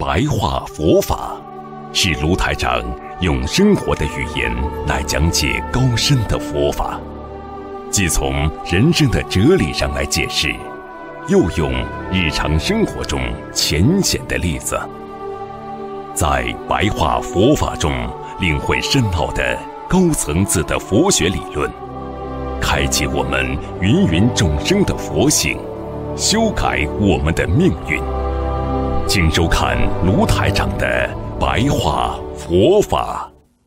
白话佛法，是卢台长用生活的语言来讲解高深的佛法，既从人生的哲理上来解释，又用日常生活中浅显的例子，在白话佛法中领会深奥的高层次的佛学理论，开启我们芸芸众生的佛性，修改我们的命运。请收看卢台长的白话佛法。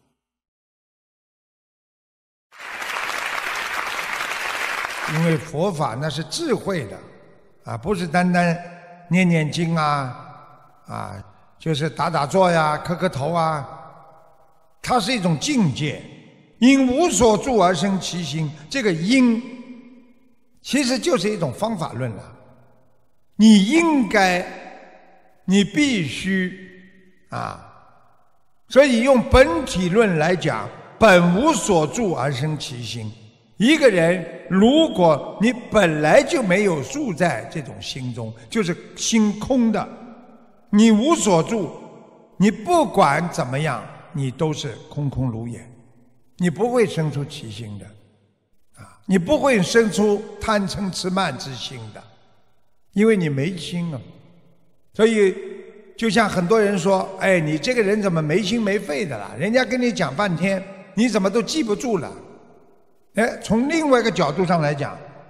因为佛法那是智慧的啊，不是单单念念经啊，就是打打坐呀、磕磕头啊，它是一种境界。因无所住而生其心，这个因其实就是一种方法论了。你应该，你必须啊，所以用本体论来讲，本无所住而生其心。一个人如果你本来就没有住在这种心中，就是心空的，你无所住，你不管怎么样，你都是空空如也，你不会生出其心的啊，你不会生出贪嗔痴慢之心的，因为你没心啊。所以就像很多人说，哎，你这个人怎么没心没肺的啦？人家跟你讲半天，你怎么都记不住了？哎，从另外一个角度上来讲，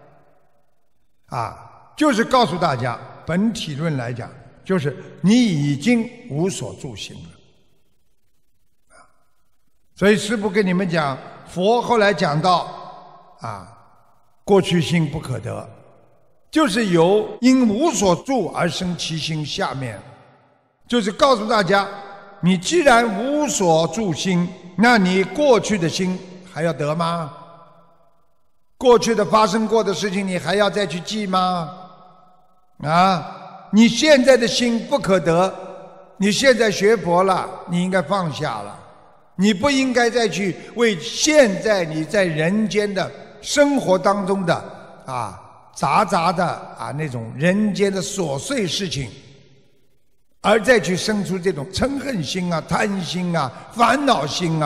就是告诉大家，本体论来讲，就是你已经无所住心了。所以师父跟你们讲，佛后来讲到过去心不可得，就是由因无所住而生其心，下面就是告诉大家，你既然无所住心，那你过去的心还要得吗？过去的发生过的事情你还要再去记吗？你现在的心不可得，你现在学佛了，你应该放下了，你不应该再去为现在你在人间的生活当中的杂的那种人间的琐碎事情，而再去生出这种嗔恨心贪心烦恼心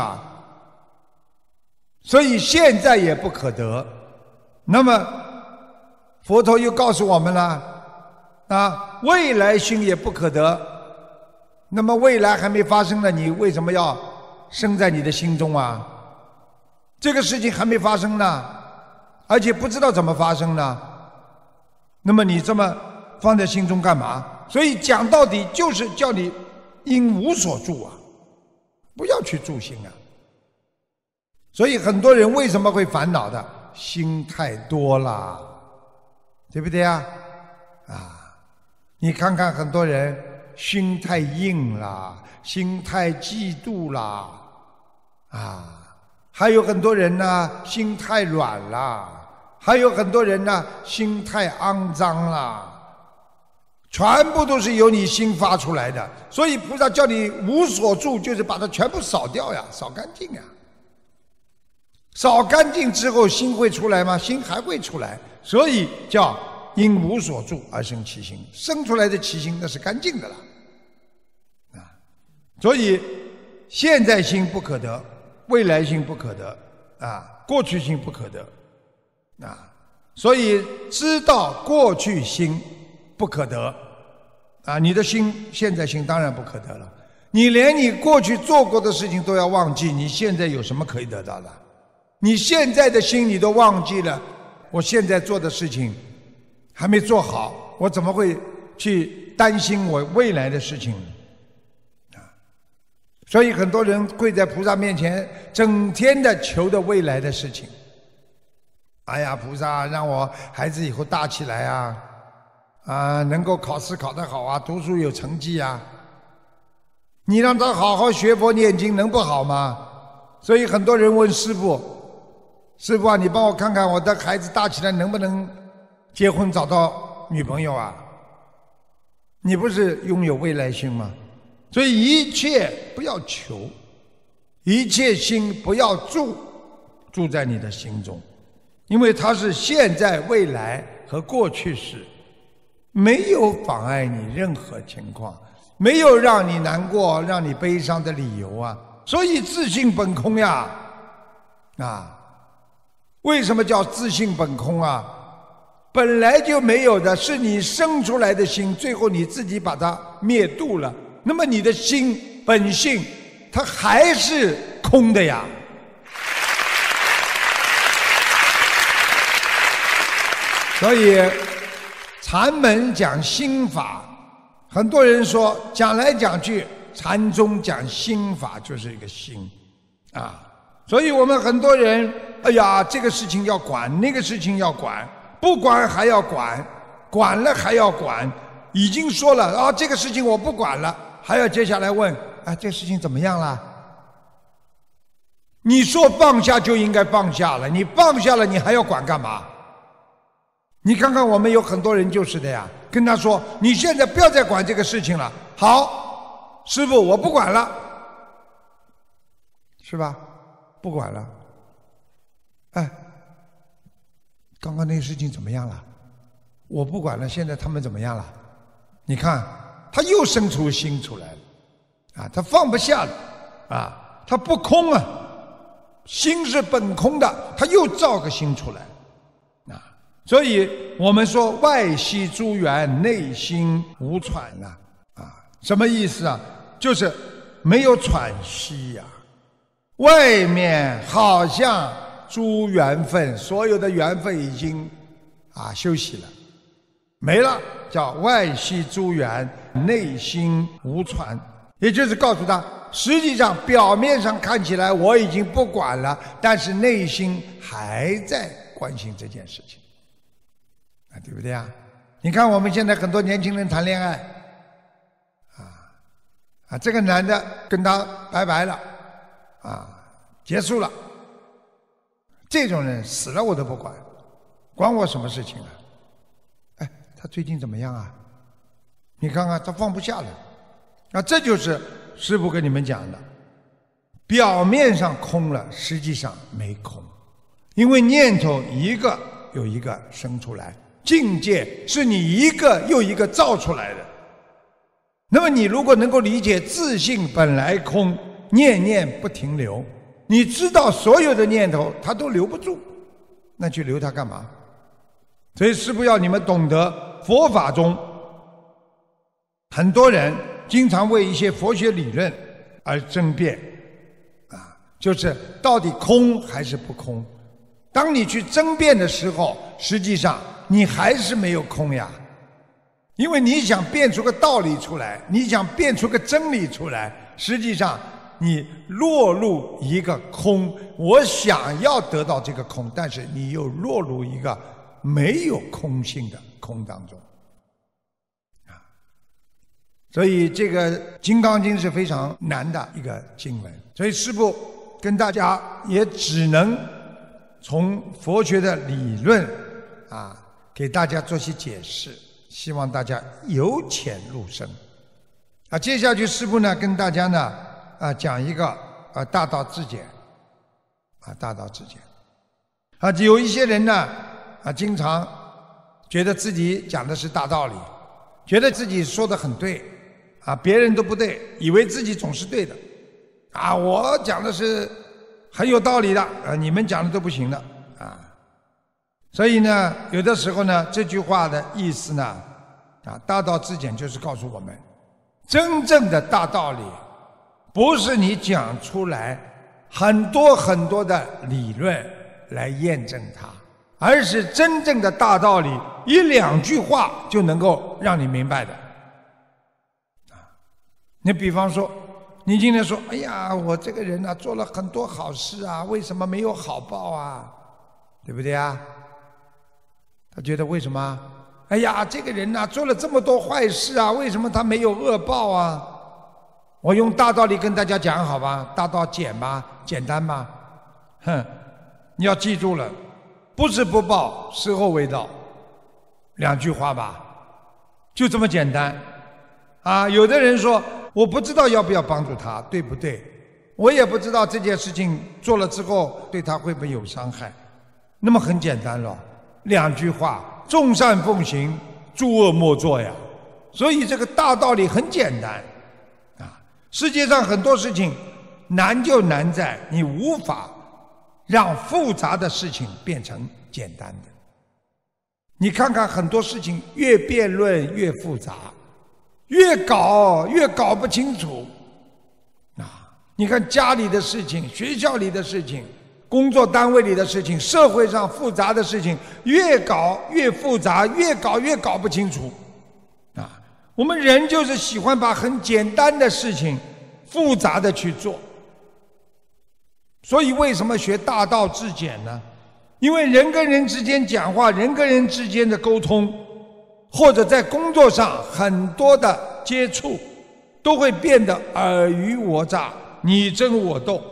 所以现在也不可得。那么佛陀又告诉我们了未来心也不可得。那么未来还没发生呢，你为什么要生在你的心中这个事情还没发生呢，而且不知道怎么发生呢，那么你这么放在心中干嘛？所以讲到底就是叫你因无所住不要去住心所以很多人为什么会烦恼的？心太多了，对不对你看看很多人心太硬了，心太嫉妒了还有很多人呢心太软了，还有很多人呢心太肮脏了，全部都是由你心发出来的。所以菩萨叫你无所住，就是把它全部扫掉扫干净扫干净之后心会出来吗？心还会出来。所以叫因无所住而生其心，生出来的其心那是干净的了所以现在心不可得，未来心不可得过去心不可得所以知道过去心不可得你的心现在心当然不可得了。你连你过去做过的事情都要忘记，你现在有什么可以得到的？你现在的心你都忘记了，我现在做的事情还没做好，我怎么会去担心我未来的事情所以很多人跪在菩萨面前，整天的求的未来的事情。哎呀，菩萨让我孩子以后大起来能够考试考得好读书有成绩你让他好好学佛念经能不好吗？所以很多人问师父，师父你帮我看看我的孩子大起来能不能结婚找到女朋友你不是拥有未来心吗？所以一切不要求，一切心不要住在你的心中，因为它是现在、未来和过去式，没有妨碍你任何情况。 没有让你难过、让你悲伤的理由啊。所以自性本空呀，为什么叫自性本空啊？本来就没有的，是你生出来的心，最后你自己把它灭度了。那么你的心本性，它还是空的呀。所以禅门讲心法，很多人说讲来讲去，禅宗讲心法就是一个心所以我们很多人，哎呀，这个事情要管，那个事情要管，不管还要管，管了还要管，已经说了这个事情我不管了，还要接下来问这事情怎么样了？你说放下就应该放下了，你放下了，你还要管干嘛？你看看我们有很多人就是的呀，跟他说你现在不要再管这个事情了，好，师父我不管了，是吧？不管了。刚刚那个事情怎么样了？我不管了，现在他们怎么样了？你看他又生出心出来了他放不下了他不空心是本空的，他又造个心出来所以我们说外息诸缘，内心无喘什么意思啊？就是没有喘息外面好像诸缘分，所有的缘分已经休息了，没了，叫外息诸缘，内心无喘。也就是告诉他，实际上表面上看起来我已经不管了，但是内心还在关心这件事情对不对你看我们现在很多年轻人谈恋爱这个男的跟他拜拜了结束了，这种人死了我都不管，管我什么事情他最近怎么样你看看他放不下了这就是师父跟你们讲的，表面上空了，实际上没空，因为念头一个又一个生出来，境界是你一个又一个造出来的。那么你如果能够理解自性本来空，念念不停留，你知道所有的念头它都留不住，那去留它干嘛？所以师父要你们懂得，佛法中很多人经常为一些佛学理论而争辩就是到底空还是不空。当你去争辩的时候，实际上你还是没有空呀，因为你想辩出个道理出来，你想辩出个真理出来，实际上你落入一个空，我想要得到这个空，但是你又落入一个没有空性的空当中所以这个《金刚经》是非常难的一个经文，所以师父跟大家也只能从佛学的理论给大家做些解释，希望大家由浅入深接下去师父呢跟大家呢讲一个大道至简大道至简有一些人呢经常觉得自己讲的是大道理，觉得自己说的很对别人都不对，以为自己总是对的我讲的是很有道理的你们讲的都不行的所以呢有的时候呢这句话的意思呢大道至简就是告诉我们，真正的大道理不是你讲出来很多很多的理论来验证它，而是真正的大道理一两句话就能够让你明白的你比方说你今天说哎呀我这个人做了很多好事为什么没有好报对不对他觉得为什么哎呀这个人做了这么多坏事为什么他没有恶报我用大道理跟大家讲好吧，大道简吧，简单吧你要记住了，不是不报，时候未到，两句话吧，就这么简单有的人说我不知道要不要帮助他，对不对？我也不知道这件事情做了之后对他会不会有伤害，那么很简单了，两句话，众善奉行，诸恶莫作呀所以这个大道理很简单啊。世界上很多事情难就难在你无法让复杂的事情变成简单的。你看看很多事情越辩论越复杂，越搞不清楚啊！你看家里的事情、学校里的事情、工作单位里的事情、社会上复杂的事情，越搞越复杂，越搞不清楚啊！我们人就是喜欢把很简单的事情复杂的去做，所以为什么学大道至简呢？因为人跟人之间讲话，人跟人之间的沟通，或者在工作上很多的接触，都会变得尔虞我诈、你争我斗，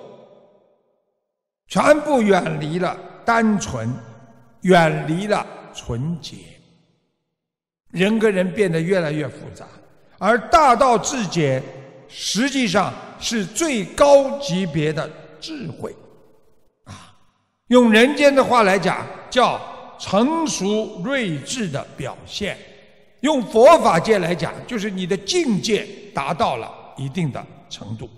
全部远离了单纯，远离了纯洁，人跟人变得越来越复杂。而大道至简实际上是最高级别的智慧啊，用人间的话来讲叫成熟睿智的表现，用佛法界来讲就是你的境界达到了一定的程度。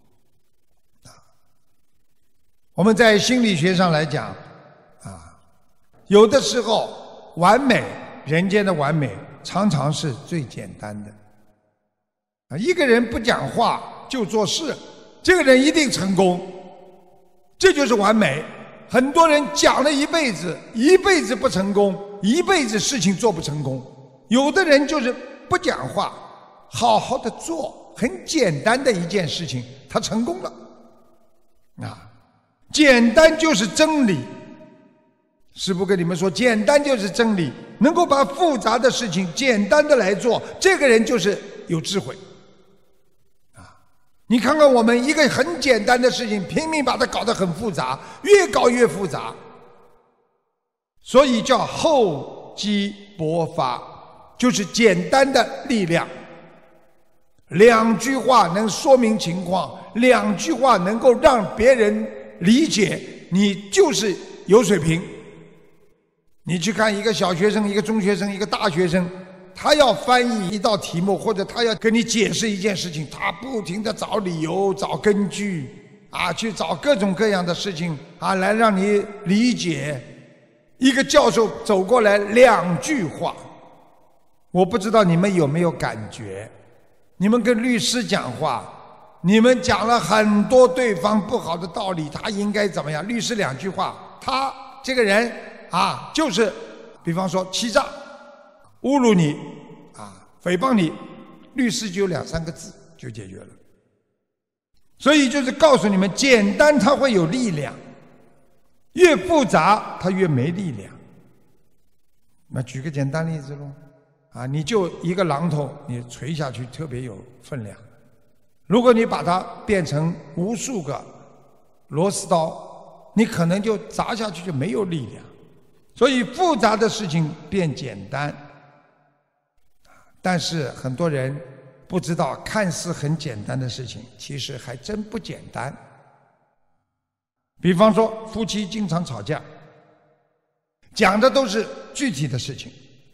我们在心理学上来讲啊，有的时候完美，人间的完美常常是最简单的啊。一个人不讲话就做事，这个人一定成功，这就是完美。很多人讲了一辈子，一辈子不成功，一辈子事情做不成功。有的人就是不讲话，好好的做很简单的一件事情，他成功了啊。简单就是真理，师父跟你们说，简单就是真理，能够把复杂的事情简单的来做，这个人就是有智慧啊。你看看我们一个很简单的事情，拼命把它搞得很复杂，越搞越复杂，所以叫厚积薄发，就是简单的力量。两句话能说明情况，两句话能够让别人理解你就是有水平。你去看一个小学生、一个中学生、一个大学生，他要翻译一道题目，或者他要跟你解释一件事情，他不停地找理由、找根据啊，去找各种各样的事情啊，来让你理解。一个教授走过来两句话，我不知道你们有没有感觉，你们跟律师讲话，你们讲了很多对方不好的道理，他应该怎么样？律师两句话，他这个人啊，就是比方说欺诈、侮辱你啊、诽谤你，律师就2、3个字就解决了。所以就是告诉你们，简单它会有力量，越复杂它越没力量。那举个简单例子咯，啊，你就一个榔头，你锤下去特别有分量。如果你把它变成无数个螺丝刀，你可能就砸下去就没有力量。所以复杂的事情变简单，但是很多人不知道，看似很简单的事情其实还真不简单。比方说夫妻经常吵架，讲的都是具体的事情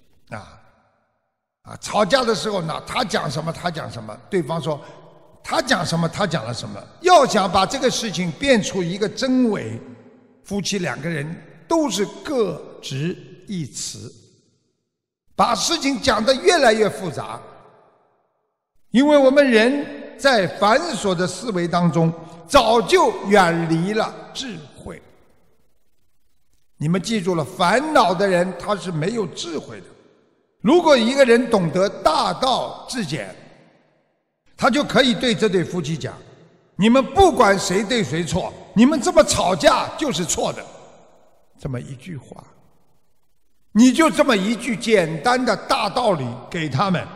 吵架的时候呢，他讲什么他讲什么，对方说他讲什么他讲了什么。要想把这个事情变出一个真伪，夫妻两个人都是各执一词，把事情讲得越来越复杂。因为我们人在繁琐的思维当中早就远离了智慧。你们记住了，烦恼的人他是没有智慧的。如果一个人懂得大道至简，他就可以对这对夫妻讲，你们不管谁对谁错，你们这么吵架就是错的。这么一句话，你就这么一句简单的大道理给他们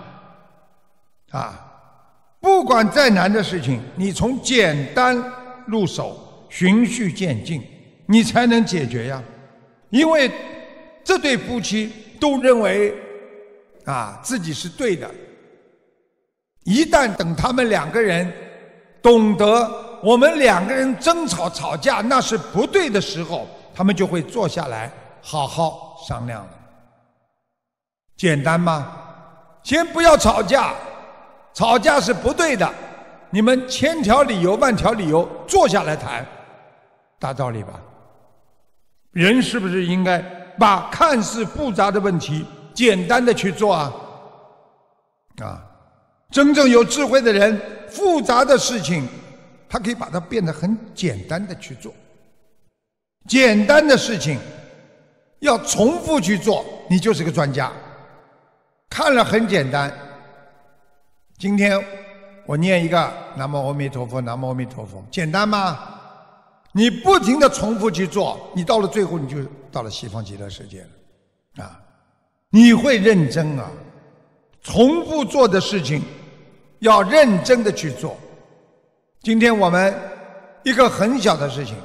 不管再难的事情，你从简单入手，循序渐进，你才能解决呀。因为这对夫妻都认为自己是对的。一旦等他们两个人懂得我们两个人争吵吵架那是不对的时候，他们就会坐下来好好商量了。简单吗？ 先不要吵架，吵架是不对的。你们千条理由万条理由坐下来谈，大道理吧？人是不是应该把看似复杂的问题简单的去做啊？真正有智慧的人，复杂的事情他可以把它变得很简单的去做。简单的事情要重复去做，你就是个专家。看了很简单，今天我念一个南无阿弥陀佛，南无阿弥陀佛，简单吗？你不停地重复去做，你到了最后你就到了西方极乐世界了你会认真重复做的事情要认真的去做。今天我们一个很小的事情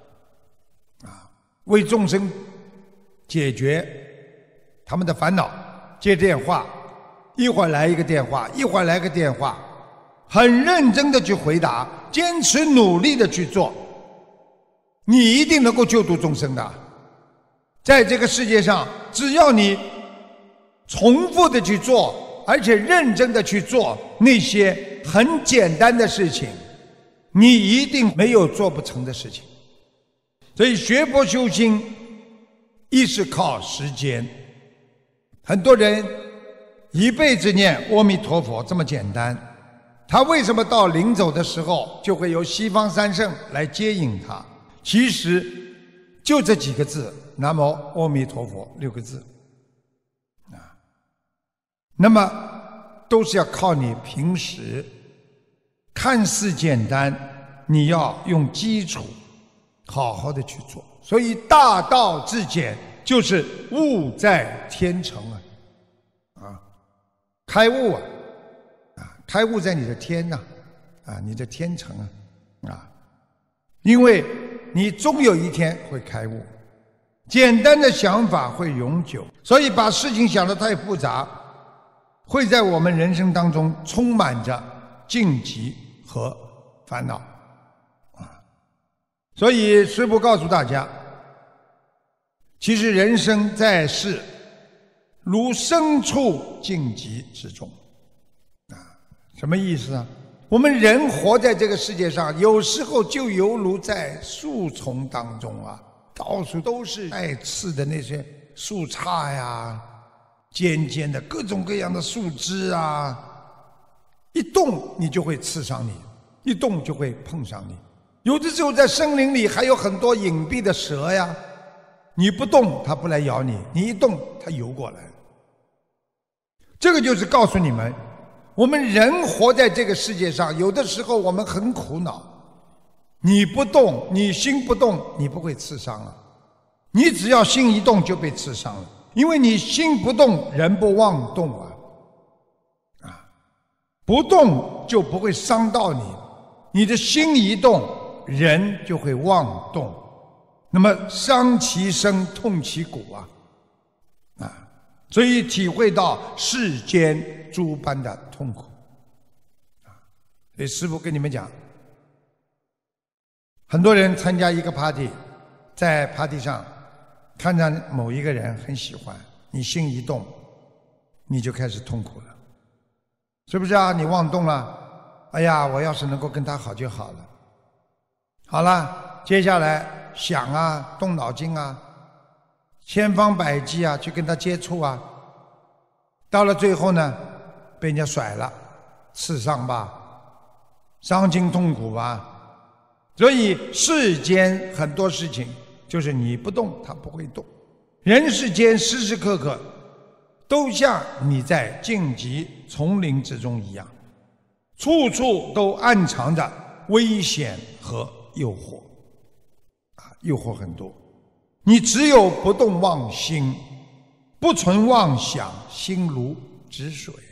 为众生解决他们的烦恼，接电话，一会儿来一个电话，一会儿来个电话，很认真的去回答，坚持努力的去做，你一定能够救度众生的。在这个世界上，只要你重复的去做，而且认真的去做那些很简单的事情，你一定没有做不成的事情。所以学佛修心一是靠时间。很多人一辈子念阿弥陀佛这么简单，他为什么到临走的时候就会由西方三圣来接引他？其实就这几个字，南无阿弥陀佛6个字那么都是要靠你平时看似简单，你要用基础好好的去做。所以大道至简就是悟在天成开悟开悟在你的天你的天成因为你终有一天会开悟。简单的想法会永久，所以把事情想得太复杂，会在我们人生当中充满着荆棘和烦恼所以师父告诉大家，其实人生在世如身处荆棘之中什么意思我们人活在这个世界上，有时候就犹如在树丛当中到处都是带刺的那些树杈呀，尖尖的各种各样的树枝一动你就会刺伤你，一动就会碰上你。有的时候在森林里还有很多隐蔽的蛇呀，你不动它不来咬你，你一动它游过来。这个就是告诉你们，我们人活在这个世界上，有的时候我们很苦恼，你不动，你心不动，你不会刺伤了。你只要心一动就被刺伤了，因为你心不动，人不妄动不动就不会伤到你，你的心一动，人就会妄动，那么伤其身，痛其骨所以体会到世间诸般的痛苦所以师父跟你们讲，很多人参加一个 party， 在 party 上看到某一个人很喜欢，你心一动，你就开始痛苦了，是不是你妄动了，哎呀，我要是能够跟他好就好了。好了，接下来想动脑筋千方百计去跟他接触到了最后呢，被人家甩了，刺伤吧，伤筋痛苦吧。所以世间很多事情就是你不动它不会动，人世间时时刻刻都像你在荆棘丛林之中一样，处处都暗藏着危险和诱惑诱惑很多。你只有不动妄心，不存妄想，心如止水